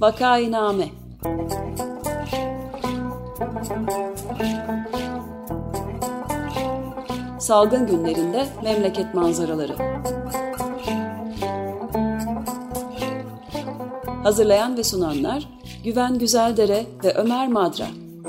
Vakainame. Salgın günlerinde memleket manzaraları. Hazırlayan ve sunanlar Güven Güzeldere ve Ömer Madra.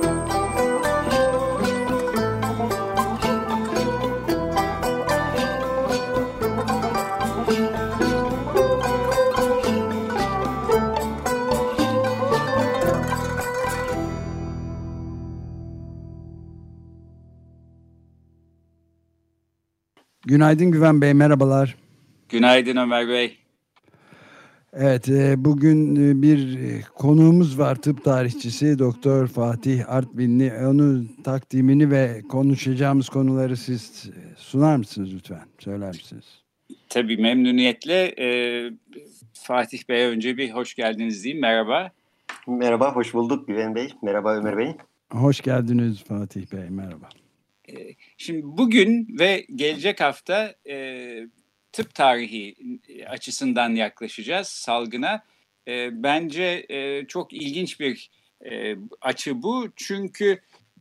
Günaydın Güven Bey, merhabalar. Günaydın Ömer Bey. Evet, bugün bir konuğumuz var, tıp tarihçisi Doktor Fatih Artvinli. Onun takdimini ve konuşacağımız konuları siz sunar mısınız lütfen, söyler misiniz? Tabii memnuniyetle. Fatih Bey'e önce bir hoş geldiniz diyeyim, merhaba. Merhaba, hoş bulduk Güven Bey. Merhaba Ömer Bey. Hoş geldiniz Fatih Bey, merhaba. Şimdi bugün ve gelecek hafta tıp tarihi açısından yaklaşacağız salgına. Bence çok ilginç bir açı bu. Çünkü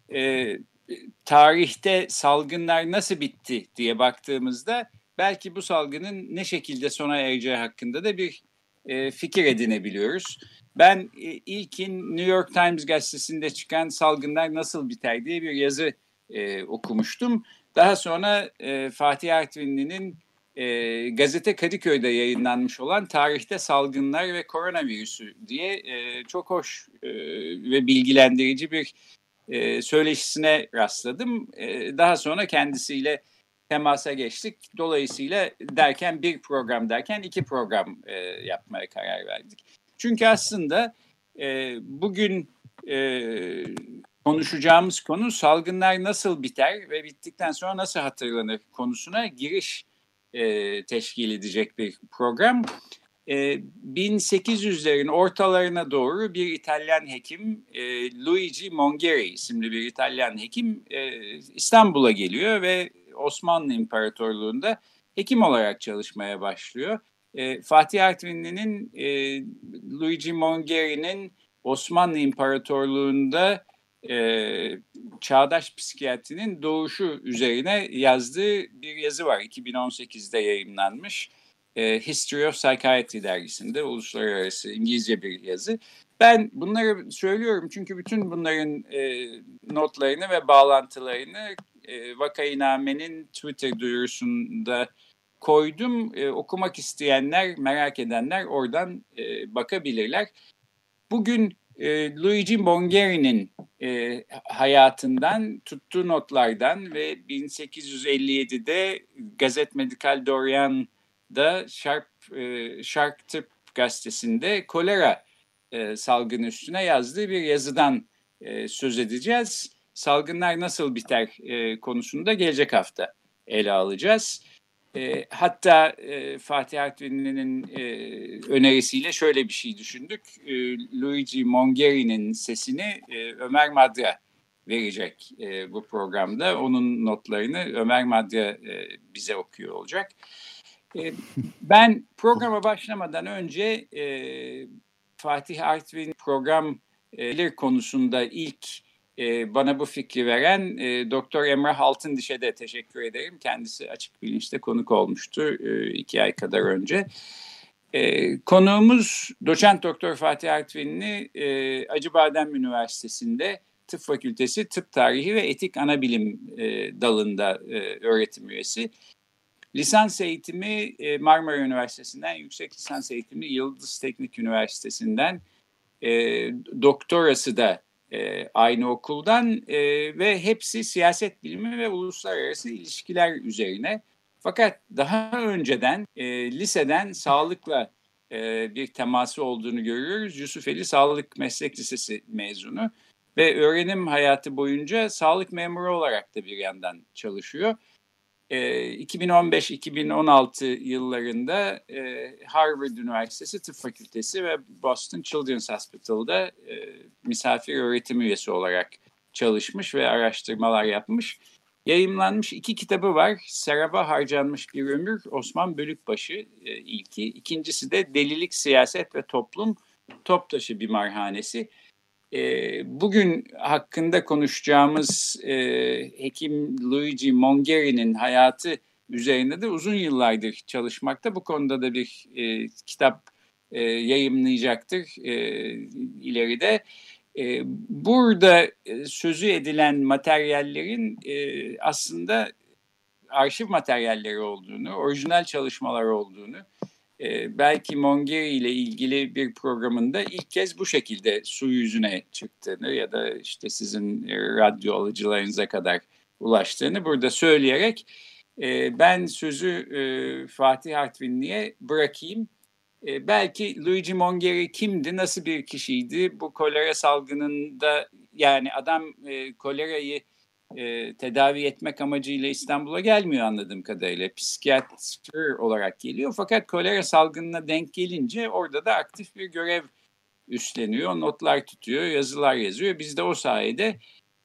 tarihte salgınlar nasıl bitti diye baktığımızda belki bu salgının ne şekilde sona ereceği hakkında da bir fikir edinebiliyoruz. Ben ilkin New York Times gazetesinde çıkan Salgınlar Nasıl Biter diye bir yazı okumuştum. Daha sonra Fatih Artvinli'nin gazete Kadıköy'de yayınlanmış olan Tarihte Salgınlar ve Koronavirüsü diye çok hoş ve bilgilendirici bir söyleşisine rastladım. Daha sonra kendisiyle temasa geçtik. Dolayısıyla bir program derken 2 program yapmaya karar verdik. Çünkü aslında bugün konuşacağımız konu salgınlar nasıl biter ve bittikten sonra nasıl hatırlanır konusuna giriş teşkil edecek bir program. 1800'lerin ortalarına doğru bir İtalyan hekim Luigi Mongeri isimli bir İtalyan hekim İstanbul'a geliyor ve Osmanlı İmparatorluğu'nda hekim olarak çalışmaya başlıyor. Fatih Artvinli'nin Luigi Mongeri'nin Osmanlı İmparatorluğu'nda çağdaş psikiyatrinin doğuşu üzerine yazdığı bir yazı var. 2018'de yayımlanmış. History of Psychiatry dergisinde uluslararası İngilizce bir yazı. Ben bunları söylüyorum çünkü bütün bunların notlarını ve bağlantılarını Vakainame'nin Twitter duyurusunda koydum. Okumak isteyenler, merak edenler oradan bakabilirler. Bugün Luigi Mongeri'nin hayatından, tuttuğu notlardan ve 1857'de Gazette Médicale d'Orient'da Şark Tıp gazetesinde kolera salgını üstüne yazdığı bir yazıdan söz edeceğiz. Salgınlar nasıl biter konusunda gelecek hafta ele alacağız. Hatta Fatih Artvinli'nin önerisiyle şöyle bir şey düşündük. Luigi Mongeri'nin sesini Ömer Madra verecek bu programda. Onun notlarını Ömer Madra bize okuyor olacak. Ben programa başlamadan önce Fatih Artvin program konusunda ilk bana bu fikri veren Doktor Emrah Altındiş'e de teşekkür ederim. Kendisi Açık Bilinç'te konuk olmuştu 2 ay kadar önce. Konuğumuz Doçent Doktor Fatih Artvinli Acıbadem Üniversitesi'nde Tıp Fakültesi Tıp Tarihi ve Etik Anabilim dalında öğretim üyesi. Lisans eğitimi Marmara Üniversitesi'nden, yüksek lisans eğitimi Yıldız Teknik Üniversitesi'nden, doktorası da aynı okuldan ve hepsi siyaset bilimi ve uluslararası ilişkiler üzerine. Fakat daha önceden liseden sağlıkla bir teması olduğunu görüyoruz. Yusufeli Sağlık Meslek Lisesi mezunu ve öğrenim hayatı boyunca sağlık memuru olarak da bir yandan çalışıyor. 2015-2016 yıllarında Harvard Üniversitesi Tıp Fakültesi ve Boston Children's Hospital'da misafir öğretim üyesi olarak çalışmış ve araştırmalar yapmış. Yayımlanmış 2 kitabı var. Seraba Harcanmış Bir Ömür, Osman Bölükbaşı ilki. İkincisi de Delilik, Siyaset ve Toplum, Toptaşı Bimarhanesi. Bugün hakkında konuşacağımız hekim Luigi Mongheri'nin hayatı üzerine de uzun yıllardır çalışmakta. Bu konuda da bir kitap yayımlayacaktır ileride. Burada sözü edilen materyallerin aslında arşiv materyalleri olduğunu, orijinal çalışmalar olduğunu, belki Mongheri ile ilgili bir programında ilk kez bu şekilde su yüzüne çıktığını ya da işte sizin radyo alıcılarınıza kadar ulaştığını burada söyleyerek ben sözü Fatih Artvinli'ye bırakayım. Belki Luigi Mongheri kimdi, nasıl bir kişiydi? Bu kolera salgınında yani adam kolerayı tedavi etmek amacıyla İstanbul'a gelmiyor anladığım kadarıyla. Psikiyatr olarak geliyor. Fakat kolera salgınına denk gelince orada da aktif bir görev üstleniyor. Notlar tutuyor, yazılar yazıyor. Biz de o sayede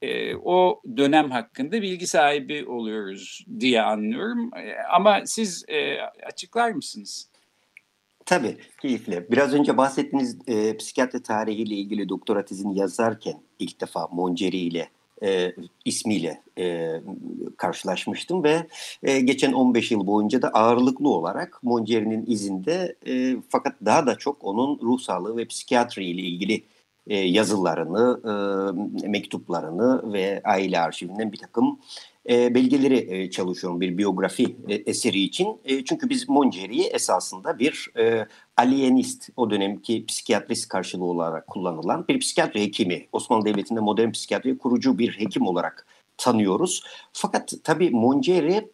o dönem hakkında bilgi sahibi oluyoruz diye anlıyorum. Ama siz açıklar mısınız? Tabii, keyifle. Biraz önce bahsettiğiniz psikiyatri tarihiyle ilgili doktora tezini yazarken ilk defa Mongheri ile ismiyle karşılaşmıştım ve geçen 15 yıl boyunca da ağırlıklı olarak Mongheri'nin izinde fakat daha da çok onun ruh sağlığı ve psikiyatri ile ilgili yazılarını, mektuplarını ve aile arşivinden bir takım belgeleri çalışıyorum bir biyografi eseri için. Çünkü biz Mongheri'yi esasında bir alienist, o dönemki psikiyatrist karşılığı olarak kullanılan bir psikiyatri hekimi, Osmanlı Devleti'nde modern psikiyatriye kurucu bir hekim olarak tanıyoruz. Fakat tabii Mongheri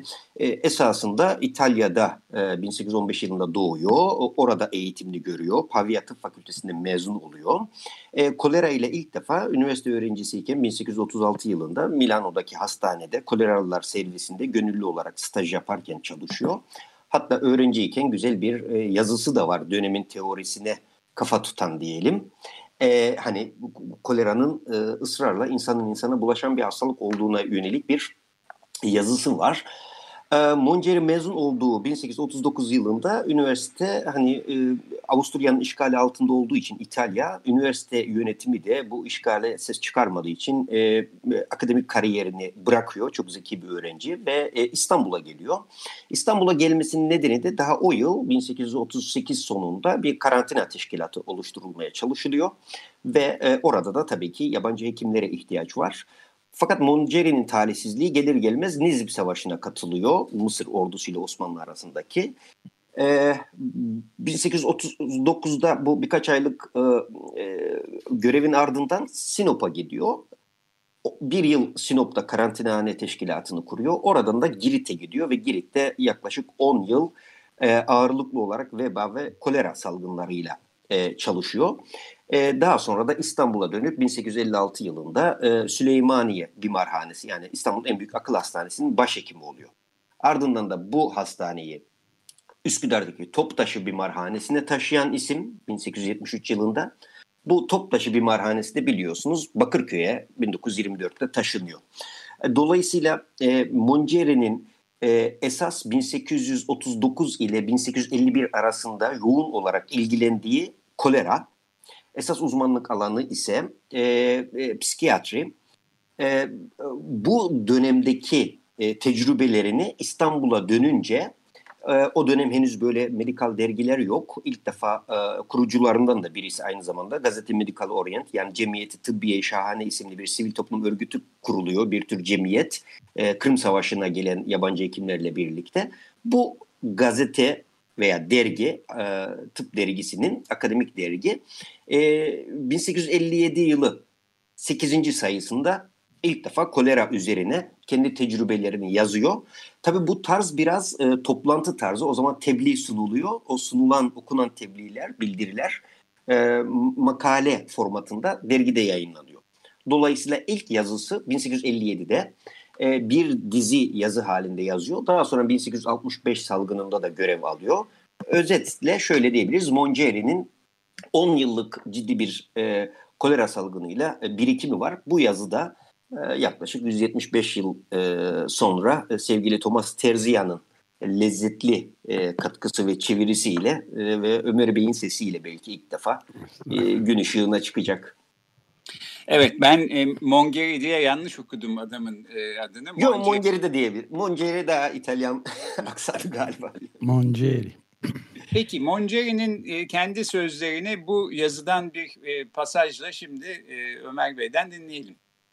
esasında İtalya'da 1815 yılında doğuyor. Orada eğitimini görüyor. Pavia Tıp Fakültesi'nde mezun oluyor. Kolera ile ilk defa üniversite öğrencisiyken 1836 yılında Milano'daki hastanede koleralılar servisinde gönüllü olarak staj yaparken çalışıyor. Hatta öğrenciyken güzel bir yazısı da var, dönemin teorisine kafa tutan diyelim. Hani koleranın ısrarla insanın insana bulaşan bir hastalık olduğuna yönelik bir yazısı var. Mongheri mezun olduğu 1839 yılında üniversite Avusturya'nın işgali altında olduğu için İtalya, üniversite yönetimi de bu işgale ses çıkarmadığı için akademik kariyerini bırakıyor. Çok zeki bir öğrenci ve İstanbul'a geliyor. İstanbul'a gelmesinin nedeni de daha o yıl 1838 sonunda bir karantina teşkilatı oluşturulmaya çalışılıyor. Ve orada da tabii ki yabancı hekimlere ihtiyaç var. Fakat Mongheri'nin talihsizliği gelir gelmez Nizip Savaşı'na katılıyor. Mısır ordusuyla Osmanlı arasındaki. 1839'da bu birkaç aylık görevin ardından Sinop'a gidiyor. Bir yıl Sinop'ta karantinahane teşkilatını kuruyor. Oradan da Girit'e gidiyor ve Girit'te yaklaşık 10 yıl ağırlıklı olarak veba ve kolera salgınlarıyla çalışıyor. Daha sonra da İstanbul'a dönüp 1856 yılında Süleymaniye Bimarhanesi, yani İstanbul'un en büyük akıl hastanesinin başhekimi oluyor. Ardından da bu hastaneyi Üsküdar'daki Toptaşı Bimarhanesi'ne taşıyan isim 1873 yılında. Bu Toptaşı Bimarhanesi de biliyorsunuz Bakırköy'e 1924'te taşınıyor. Dolayısıyla Mongheri'nin esas 1839 ile 1851 arasında yoğun olarak ilgilendiği kolera, esas uzmanlık alanı ise psikiyatri. Bu dönemdeki tecrübelerini İstanbul'a dönünce, o dönem henüz böyle medikal dergiler yok. İlk defa kurucularından da birisi aynı zamanda Gazete Medical Orient, yani Cemiyeti Tıbbiye Şahane isimli bir sivil toplum örgütü kuruluyor. Bir tür cemiyet, Kırım Savaşı'na gelen yabancı hekimlerle birlikte. Bu gazete veya dergi, tıp dergisinin, akademik dergi, 1857 yılı 8. sayısında ilk defa kolera üzerine kendi tecrübelerini yazıyor. Tabii bu tarz biraz toplantı tarzı. O zaman tebliğ sunuluyor. O sunulan, okunan tebliğler, bildiriler makale formatında dergide yayınlanıyor. Dolayısıyla ilk yazısı 1857'de bir dizi yazı halinde yazıyor. Daha sonra 1865 salgınında da görev alıyor. Özetle şöyle diyebiliriz: Mongheri'nin 10 yıllık ciddi bir kolera salgınıyla birikimi var. Bu yazıda yaklaşık 175 yıl sonra sevgili Thomas Terzian'ın lezzetli katkısı ve çevirisiyle ve Ömer Bey'in sesiyle belki ilk defa gün ışığına çıkacak. Evet, ben Mongeri diye yanlış okudum adamın adını. Yok, Mongeri de diyebilir. Mongeri daha İtalyan aksanı galiba. Mongeri. Peki, Mongeri'nin kendi sözlerini bu yazıdan bir pasajla şimdi Ömer Bey'den dinleyelim.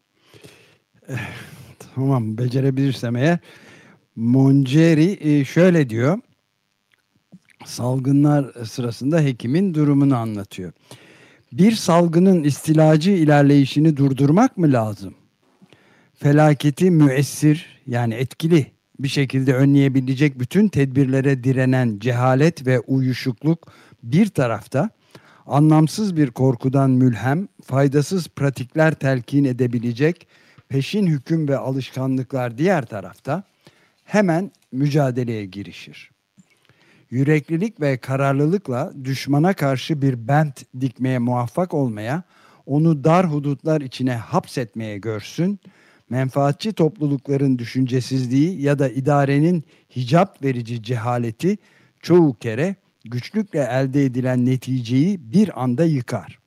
Tamam, becerebilirsem eğer. Mongeri şöyle diyor. Salgınlar sırasında hekimin durumunu anlatıyor. Bir salgının istilacı ilerleyişini durdurmak mı lazım? Felaketi müessir, yani etkili bir şekilde önleyebilecek bütün tedbirlere direnen cehalet ve uyuşukluk bir tarafta, anlamsız bir korkudan mülhem, faydasız pratikler telkin edebilecek peşin hüküm ve alışkanlıklar diğer tarafta hemen mücadeleye girişir. Yüreklilik ve kararlılıkla düşmana karşı bir bent dikmeye muvaffak olmaya, onu dar hudutlar içine hapsetmeye görsün, menfaatçi toplulukların düşüncesizliği ya da idarenin hicap verici cehaleti çoğu kere güçlükle elde edilen neticeyi bir anda yıkar.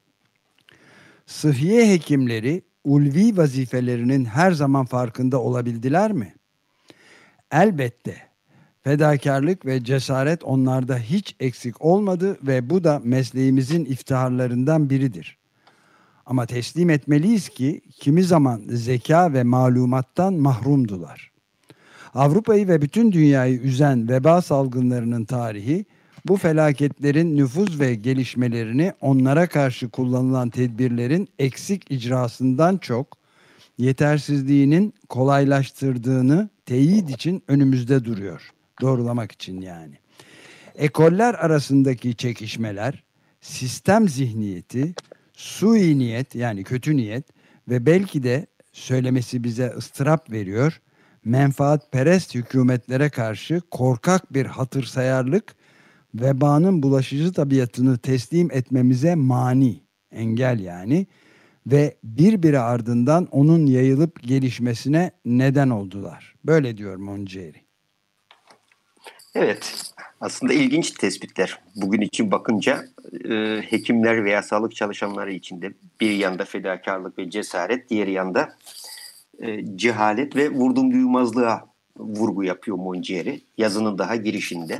Sıhhiye hekimleri ulvi vazifelerinin her zaman farkında olabildiler mi? Elbette. Fedakarlık ve cesaret onlarda hiç eksik olmadı ve bu da mesleğimizin iftiharlarından biridir. Ama teslim etmeliyiz ki kimi zaman zeka ve malumattan mahrumdular. Avrupa'yı ve bütün dünyayı üzen veba salgınlarının tarihi, bu felaketlerin nüfuz ve gelişmelerini onlara karşı kullanılan tedbirlerin eksik icrasından çok, yetersizliğinin kolaylaştırdığını teyit için önümüzde duruyor. Doğrulamak için yani. Ekoller arasındaki çekişmeler, sistem zihniyeti, sui niyet yani kötü niyet ve belki de söylemesi bize ıstırap veriyor, menfaatperest hükümetlere karşı korkak bir hatırsayarlık, vebanın bulaşıcı tabiatını teslim etmemize mani, engel yani, ve birbiri ardından onun yayılıp gelişmesine neden oldular. Böyle diyor Mongeri. Evet, aslında ilginç tespitler. Bugün için bakınca hekimler veya sağlık çalışanları için de bir yanda fedakarlık ve cesaret, diğer yanda cehalet ve vurdum duymazlığa vurgu yapıyor Mongeri yazının daha girişinde.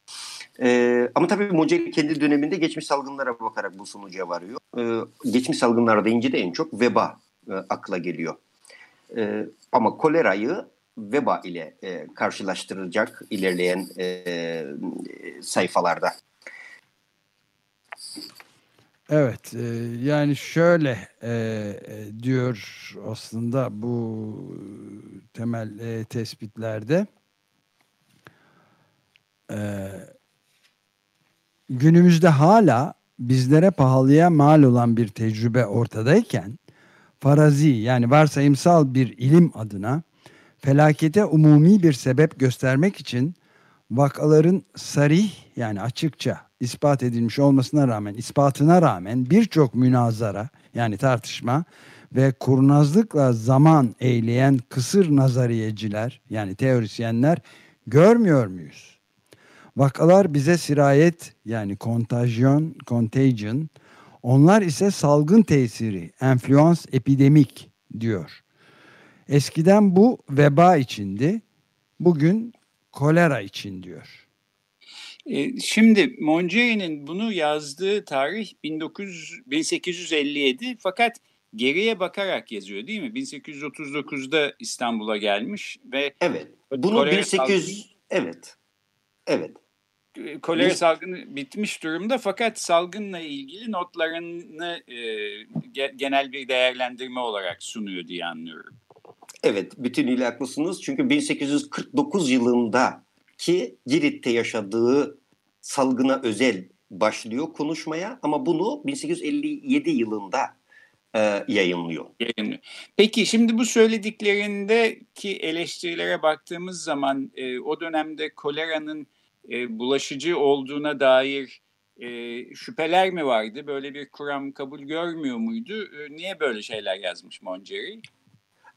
Ama tabii Mongeri kendi döneminde geçmiş salgınlara bakarak bu sonuca varıyor. Geçmiş salgınlar deyince de en çok veba akla geliyor. Ama kolerayı veba ile karşılaştıracak ilerleyen sayfalarda. Evet, yani şöyle diyor aslında bu temel tespitlerde. Günümüzde hala bizlere pahalıya mal olan bir tecrübe ortadayken, farazi yani varsayımsal bir ilim adına felakete umumi bir sebep göstermek için vakaların sarih yani açıkça ispat edilmiş olmasına rağmen, ispatına rağmen birçok münazara yani tartışma ve kurnazlıkla zaman eğleyen kısır nazariyeciler yani teorisyenler görmüyor muyuz? Vakalar bize sirayet yani contagion, onlar ise salgın tesiri, enfluans epidemik diyor. Eskiden bu veba içindi, bugün kolera için diyor. Şimdi Mongeri'nin bunu yazdığı tarih 1857 fakat geriye bakarak yazıyor değil mi? 1839'da İstanbul'a gelmiş ve evet. Bunu 1800 evet. Kolera salgını bitmiş durumda fakat salgınla ilgili notlarını genel bir değerlendirme olarak sunuyor diye anlıyorum. Evet, bütünüyle haklısınız. Çünkü 1849 yılındaki Girit'te yaşadığı salgına özel başlıyor konuşmaya ama bunu 1857 yılında yayınlıyor. Peki şimdi bu söylediklerindeki eleştirilere baktığımız zaman o dönemde koleranın bulaşıcı olduğuna dair şüpheler mi vardı? Böyle bir kuram kabul görmüyor muydu? Niye böyle şeyler yazmış Mongeri?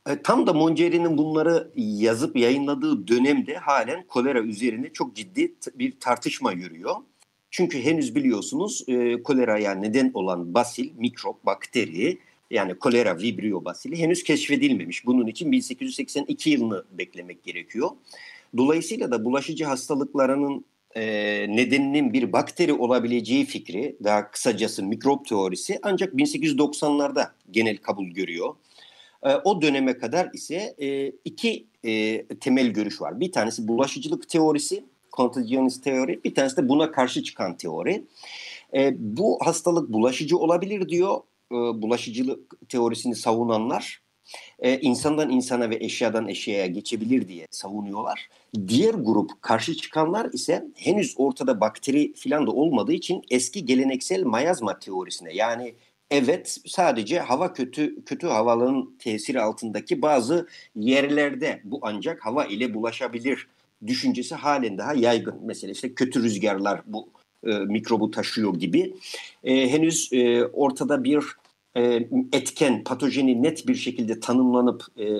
Tam da Mongeri'nin bunları yazıp yayınladığı dönemde halen kolera üzerine çok ciddi bir tartışma yürüyor. Çünkü henüz biliyorsunuz koleraya neden olan basil, mikrop, bakteri, yani kolera vibrio basili henüz keşfedilmemiş. Bunun için 1882 yılını beklemek gerekiyor. Dolayısıyla da bulaşıcı hastalıklarının nedeninin bir bakteri olabileceği fikri, daha kısacası mikrop teorisi, ancak 1890'larda genel kabul görüyor. O döneme kadar ise iki temel görüş var. Bir tanesi bulaşıcılık teorisi, contagionis teori, bir tanesi de buna karşı çıkan teori. Bu hastalık bulaşıcı olabilir diyor bulaşıcılık teorisini savunanlar. İnsandan insana ve eşyadan eşyaya geçebilir diye savunuyorlar. Diğer grup, karşı çıkanlar ise henüz ortada bakteri falan da olmadığı için eski geleneksel mayazma teorisine, yani evet sadece hava kötü havanın tesiri altındaki bazı yerlerde bu ancak hava ile bulaşabilir düşüncesi halen daha yaygın. Mesela işte kötü rüzgarlar bu mikrobu taşıyor gibi. Henüz ortada bir etken, patojeni net bir şekilde tanımlanıp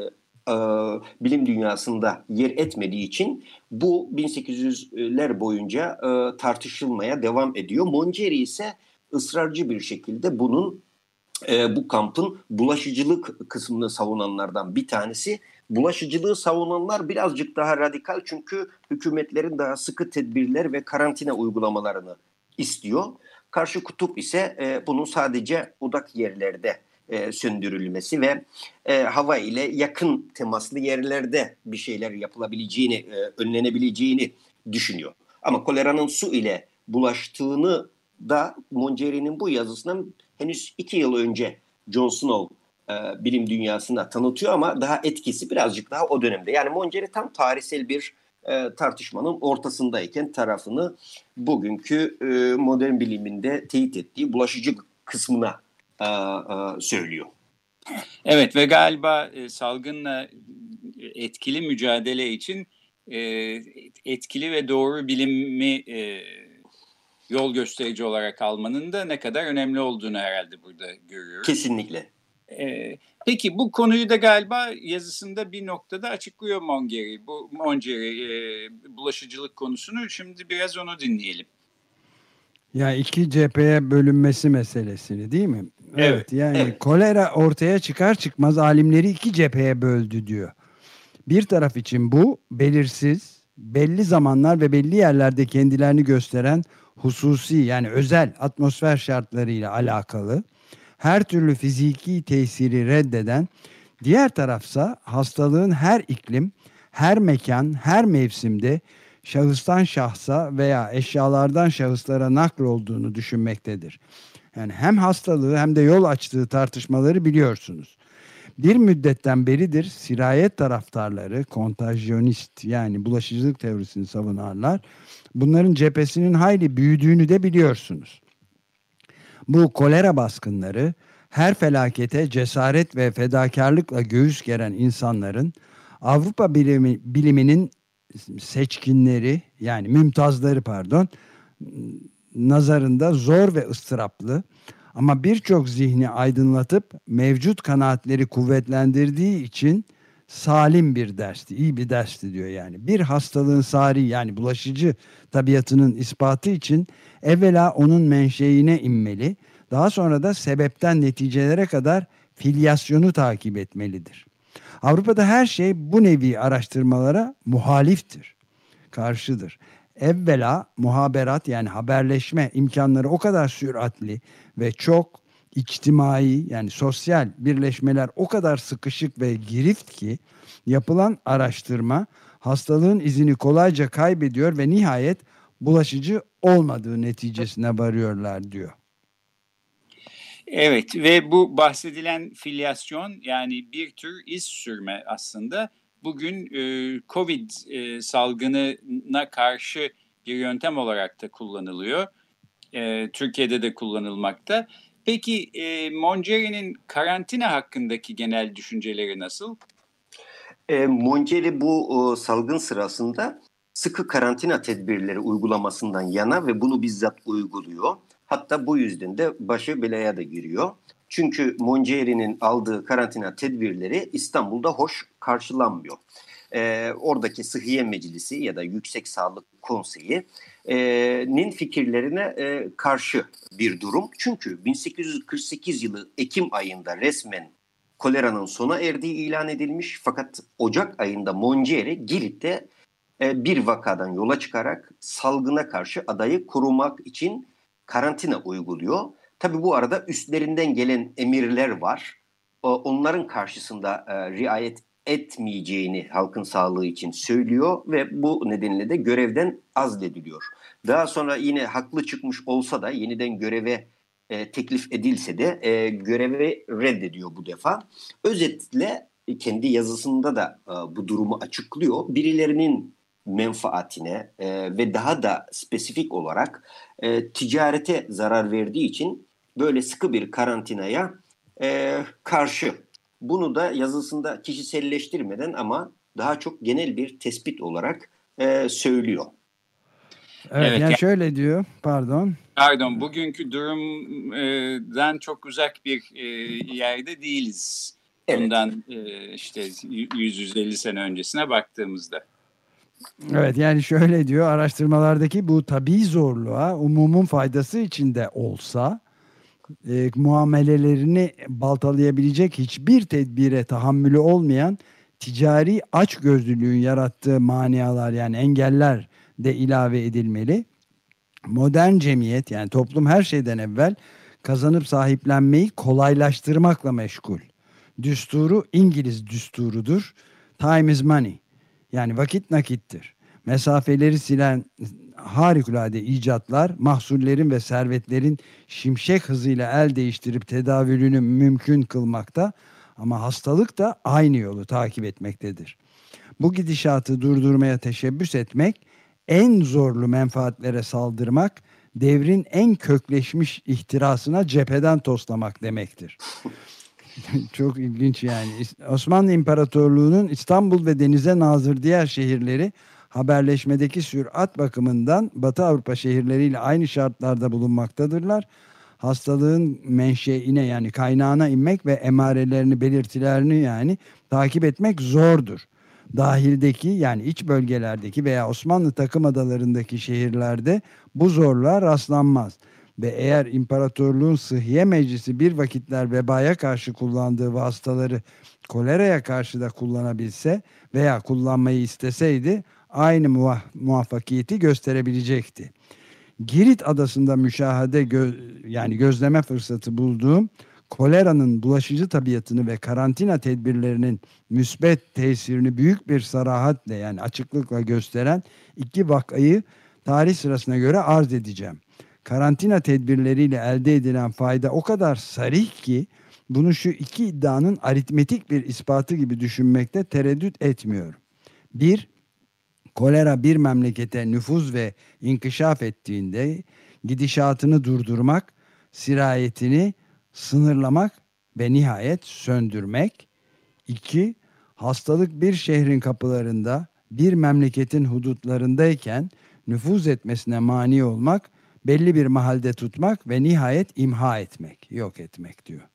bilim dünyasında yer etmediği için bu 1800'ler boyunca tartışılmaya devam ediyor. Mongeri ise ısrarcı bir şekilde bu kampın bulaşıcılık kısmını savunanlardan bir tanesi. Bulaşıcılığı savunanlar birazcık daha radikal, çünkü hükümetlerin daha sıkı tedbirler ve karantina uygulamalarını istiyor. Karşı kutup ise bunun sadece odak yerlerde söndürülmesi ve hava ile yakın temaslı yerlerde bir şeyler yapılabileceğini, önlenebileceğini düşünüyor. Ama koleranın su ile bulaştığını da Mongeri'nin bu yazısından henüz 2 yıl önce John Snow bilim dünyasına tanıtıyor, ama daha etkisi birazcık daha o dönemde. Yani Mongeri tam tarihsel bir tartışmanın ortasındayken tarafını bugünkü modern biliminde teyit ettiği bulaşıcı kısmına söylüyor. Evet ve galiba salgınla etkili mücadele için etkili ve doğru bilimi yol gösterici olarak almanın da ne kadar önemli olduğunu herhalde burada görüyoruz. Kesinlikle. Peki bu konuyu da galiba yazısında bir noktada açıklıyor Mongeri. Bulaşıcılık konusunu. Şimdi biraz onu dinleyelim. Ya iki cepheye bölünmesi meselesini, değil mi? Evet yani evet. Kolera ortaya çıkar çıkmaz alimleri iki cepheye böldü diyor. Bir taraf için bu belirsiz, belli zamanlar ve belli yerlerde kendilerini gösteren hususi, yani özel atmosfer şartlarıyla alakalı, her türlü fiziki tesiri reddeden, diğer tarafsa hastalığın her iklim, her mekan, her mevsimde şahıstan şahsa veya eşyalardan şahıslara naklolduğunu düşünmektedir. Yani hem hastalığı hem de yol açtığı tartışmaları biliyorsunuz. Bir müddetten beridir sirayet taraftarları, kontajyonist, yani bulaşıcılık teorisini savunanlar, bunların cephesinin hayli büyüdüğünü de biliyorsunuz. Bu kolera baskınları her felakete cesaret ve fedakarlıkla göğüs geren insanların Avrupa biliminin seçkinleri, yani mümtazları nazarında zor ve ıstıraplı ama birçok zihni aydınlatıp mevcut kanaatleri kuvvetlendirdiği için salim bir dersti, iyi bir dersti diyor yani. Bir hastalığın sari, yani bulaşıcı tabiatının ispatı için evvela onun menşeine inmeli, daha sonra da sebepten neticelere kadar filyasyonu takip etmelidir. Avrupa'da her şey bu nevi araştırmalara muhaliftir, karşıdır. Evvela muhaberat, yani haberleşme imkanları o kadar süratli ve çok içtimai, yani sosyal birleşmeler o kadar sıkışık ve girift ki yapılan araştırma hastalığın izini kolayca kaybediyor ve nihayet bulaşıcı olmadığı neticesine varıyorlar diyor. Evet ve bu bahsedilen filyasyon, yani bir tür iz sürme aslında bugün Covid salgınına karşı bir yöntem olarak da kullanılıyor. Türkiye'de de kullanılmakta. Peki Mongeri'nin karantina hakkındaki genel düşünceleri nasıl? Mongeri bu salgın sırasında sıkı karantina tedbirleri uygulamasından yana ve bunu bizzat uyguluyor. Hatta bu yüzden de başı belaya da giriyor. Çünkü Monjeri'nin aldığı karantina tedbirleri İstanbul'da hoş karşılanmıyor. Oradaki Sıhhiye Meclisi ya da Yüksek Sağlık Konseyi'nin fikirlerine karşı bir durum. Çünkü 1848 yılı Ekim ayında resmen koleranın sona erdiği ilan edilmiş. Fakat Ocak ayında Monjeri Girit'te bir vakadan yola çıkarak salgına karşı adayı korumak için karantina uyguluyor. Tabii bu arada üstlerinden gelen emirler var. Onların karşısında riayet etmeyeceğini halkın sağlığı için söylüyor ve bu nedenle de görevden azlediliyor. Daha sonra yine haklı çıkmış olsa da yeniden göreve teklif edilse de görevi reddediyor bu defa. Özetle kendi yazısında da bu durumu açıklıyor. Birilerinin menfaatine ve daha da spesifik olarak ticarete zarar verdiği için böyle sıkı bir karantinaya karşı. Bunu da yazısında kişiselleştirmeden ama daha çok genel bir tespit olarak söylüyor. Evet, yani şöyle diyor, pardon, bugünkü durumdan çok uzak bir yerde değiliz. Evet. Bundan işte 100-150 sene öncesine baktığımızda. Evet, yani şöyle diyor, araştırmalardaki bu tabii zorluğa umumun faydası içinde olsa muamelelerini baltalayabilecek hiçbir tedbire tahammülü olmayan ticari açgözlülüğün yarattığı manialar, yani engeller de ilave edilmeli. Modern cemiyet, yani toplum her şeyden evvel kazanıp sahiplenmeyi kolaylaştırmakla meşgul. Düsturu İngiliz düsturudur. Time is money. Yani vakit nakittir. Mesafeleri silen harikulade icatlar, mahsullerin ve servetlerin şimşek hızıyla el değiştirip tedavülünü mümkün kılmakta, ama hastalık da aynı yolu takip etmektedir. Bu gidişatı durdurmaya teşebbüs etmek, en zorlu menfaatlere saldırmak, devrin en kökleşmiş ihtirasına cepheden toslamak demektir. Çok ilginç yani. Osmanlı İmparatorluğu'nun İstanbul ve denize nazır diğer şehirleri haberleşmedeki sürat bakımından Batı Avrupa şehirleriyle aynı şartlarda bulunmaktadırlar. Hastalığın menşeine, yani kaynağına inmek ve emarelerini, belirtilerini yani takip etmek zordur. Dahildeki, yani iç bölgelerdeki veya Osmanlı takım adalarındaki şehirlerde bu zorluğa rastlanmaz. Ve eğer imparatorluğun Sıhhiye Meclisi bir vakitler vebaya karşı kullandığı vasıtaları koleraya karşı da kullanabilse veya kullanmayı isteseydi aynı muvaffakiyeti gösterebilecekti. Girit adasında yani gözleme fırsatı bulduğum koleranın bulaşıcı tabiatını ve karantina tedbirlerinin müsbet tesirini büyük bir sarahatle, yani açıklıkla gösteren iki vakayı tarih sırasına göre arz edeceğim. Karantina tedbirleriyle elde edilen fayda o kadar sarih ki bunu şu iki iddianın aritmetik bir ispatı gibi düşünmekte tereddüt etmiyorum. 1. Kolera bir memlekete nüfuz ve inkişaf ettiğinde gidişatını durdurmak, sirayetini sınırlamak ve nihayet söndürmek. 2. Hastalık bir şehrin kapılarında, bir memleketin hudutlarındayken nüfuz etmesine mani olmak, belli bir mahalde tutmak ve nihayet imha etmek, yok etmek diyor.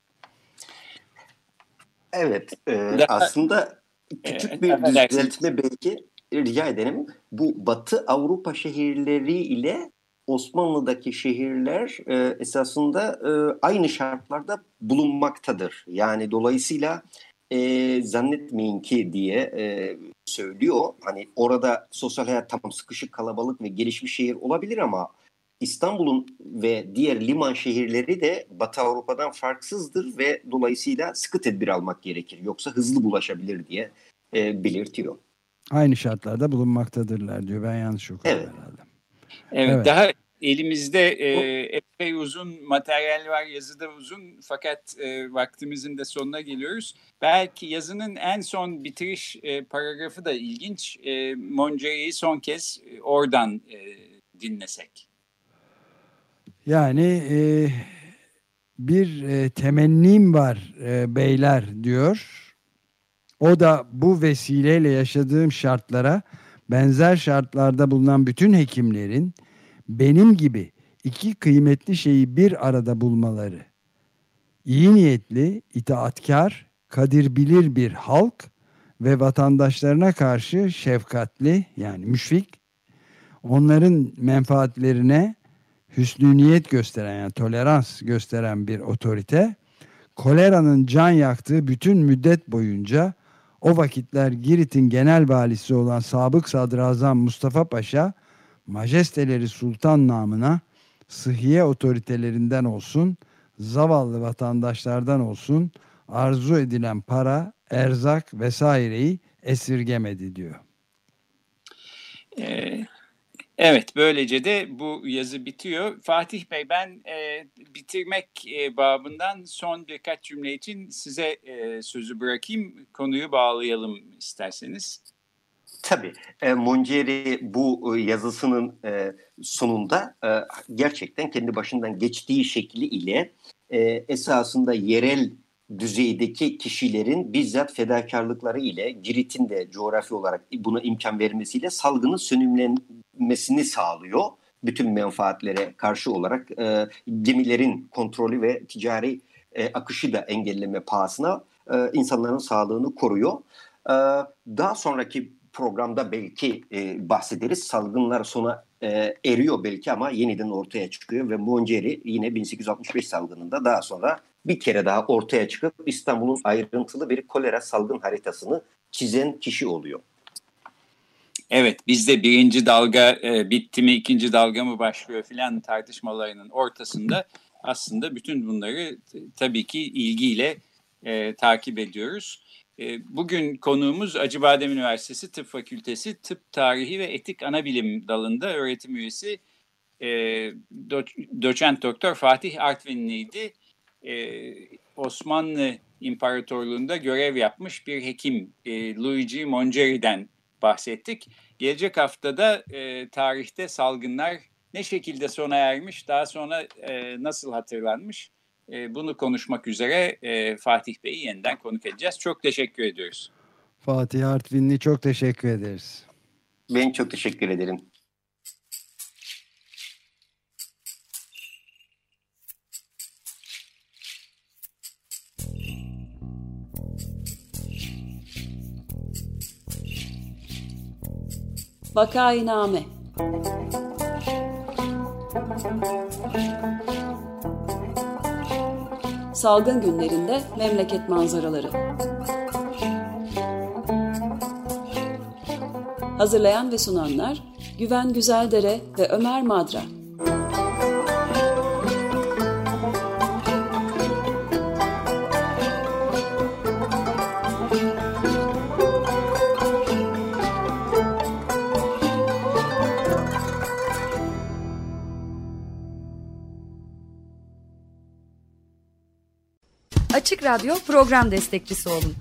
Evet, aslında küçük bir düzeltme belki rica ederim. Bu Batı Avrupa şehirleri ile Osmanlı'daki şehirler esasında aynı şartlarda bulunmaktadır. Yani dolayısıyla zannetmeyin ki diye söylüyor. Hani orada sosyal hayat tamam sıkışık, kalabalık ve gelişmiş şehir olabilir ama İstanbul'un ve diğer liman şehirleri de Batı Avrupa'dan farksızdır ve dolayısıyla sıkı tedbir almak gerekir. Yoksa hızlı bulaşabilir diye belirtiyor. Aynı şartlarda bulunmaktadırlar diyor. Ben yanlış okudum herhalde. Evet, daha elimizde epey uzun materyal var, yazıda uzun fakat vaktimizin de sonuna geliyoruz. Belki yazının en son bitiriş paragrafı da ilginç. Monjeri'yi son kez oradan dinlesek. Yani bir temennim var beyler diyor. O da bu vesileyle yaşadığım şartlara benzer şartlarda bulunan bütün hekimlerin benim gibi iki kıymetli şeyi bir arada bulmaları. iyi niyetli, itaatkar, kadir bilir bir halk ve vatandaşlarına karşı şefkatli, yani müşfik, onların menfaatlerine hüsnü niyet gösteren, yani tolerans gösteren bir otorite, koleranın can yaktığı bütün müddet boyunca o vakitler Girit'in genel valisi olan Sabık Sadrazam Mustafa Paşa, majesteleri sultan namına sıhhiye otoritelerinden olsun, zavallı vatandaşlardan olsun, arzu edilen para, erzak vesaireyi esirgemedi diyor. Evet, böylece de bu yazı bitiyor. Fatih Bey, ben bitirmek babından son birkaç cümle için size sözü bırakayım. Konuyu bağlayalım isterseniz. Tabii. Mongeri bu yazısının sonunda gerçekten kendi başından geçtiği şekli ile esasında yerel düzeydeki kişilerin bizzat fedakarlıkları ile Girit'in de coğrafi olarak buna imkan vermesiyle salgının sönümlenmesini sağlıyor. Bütün menfaatlere karşı olarak gemilerin kontrolü ve ticari akışı da engelleme pahasına insanların sağlığını koruyor. Daha sonraki programda belki bahsederiz. Salgınlar sona eriyor belki ama yeniden ortaya çıkıyor ve Mongeri yine 1865 salgınında daha sonra bir kere daha ortaya çıkıp İstanbul'un ayrıntılı bir kolera salgın haritasını çizen kişi oluyor. Evet, bizde birinci dalga bitti mi, ikinci dalga mı başlıyor filan tartışmalarının ortasında aslında bütün bunları tabii ki ilgiyle takip ediyoruz. Bugün konuğumuz Acıbadem Üniversitesi Tıp Fakültesi Tıp Tarihi ve Etik Anabilim dalında öğretim üyesi doçent doktor Fatih Artvinli'ydi. Osmanlı İmparatorluğu'nda görev yapmış bir hekim Luigi Mongeri'den bahsettik. Gelecek haftada tarihte salgınlar ne şekilde sona ermiş, daha sonra nasıl hatırlanmış, bunu konuşmak üzere Fatih Bey'i yeniden konuk edeceğiz. Çok teşekkür ediyoruz. Fatih Artvinli, çok teşekkür ederiz. Ben çok teşekkür ederim. Vakainame. Salgın günlerinde memleket manzaraları. Hazırlayan ve sunanlar Güven Güzeldere ve Ömer Madra. Açık Radyo program destekçisi olun.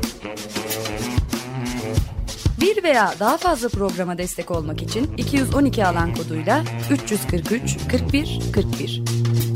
Bir veya daha fazla programa destek olmak için 212 alan koduyla 343 41 41.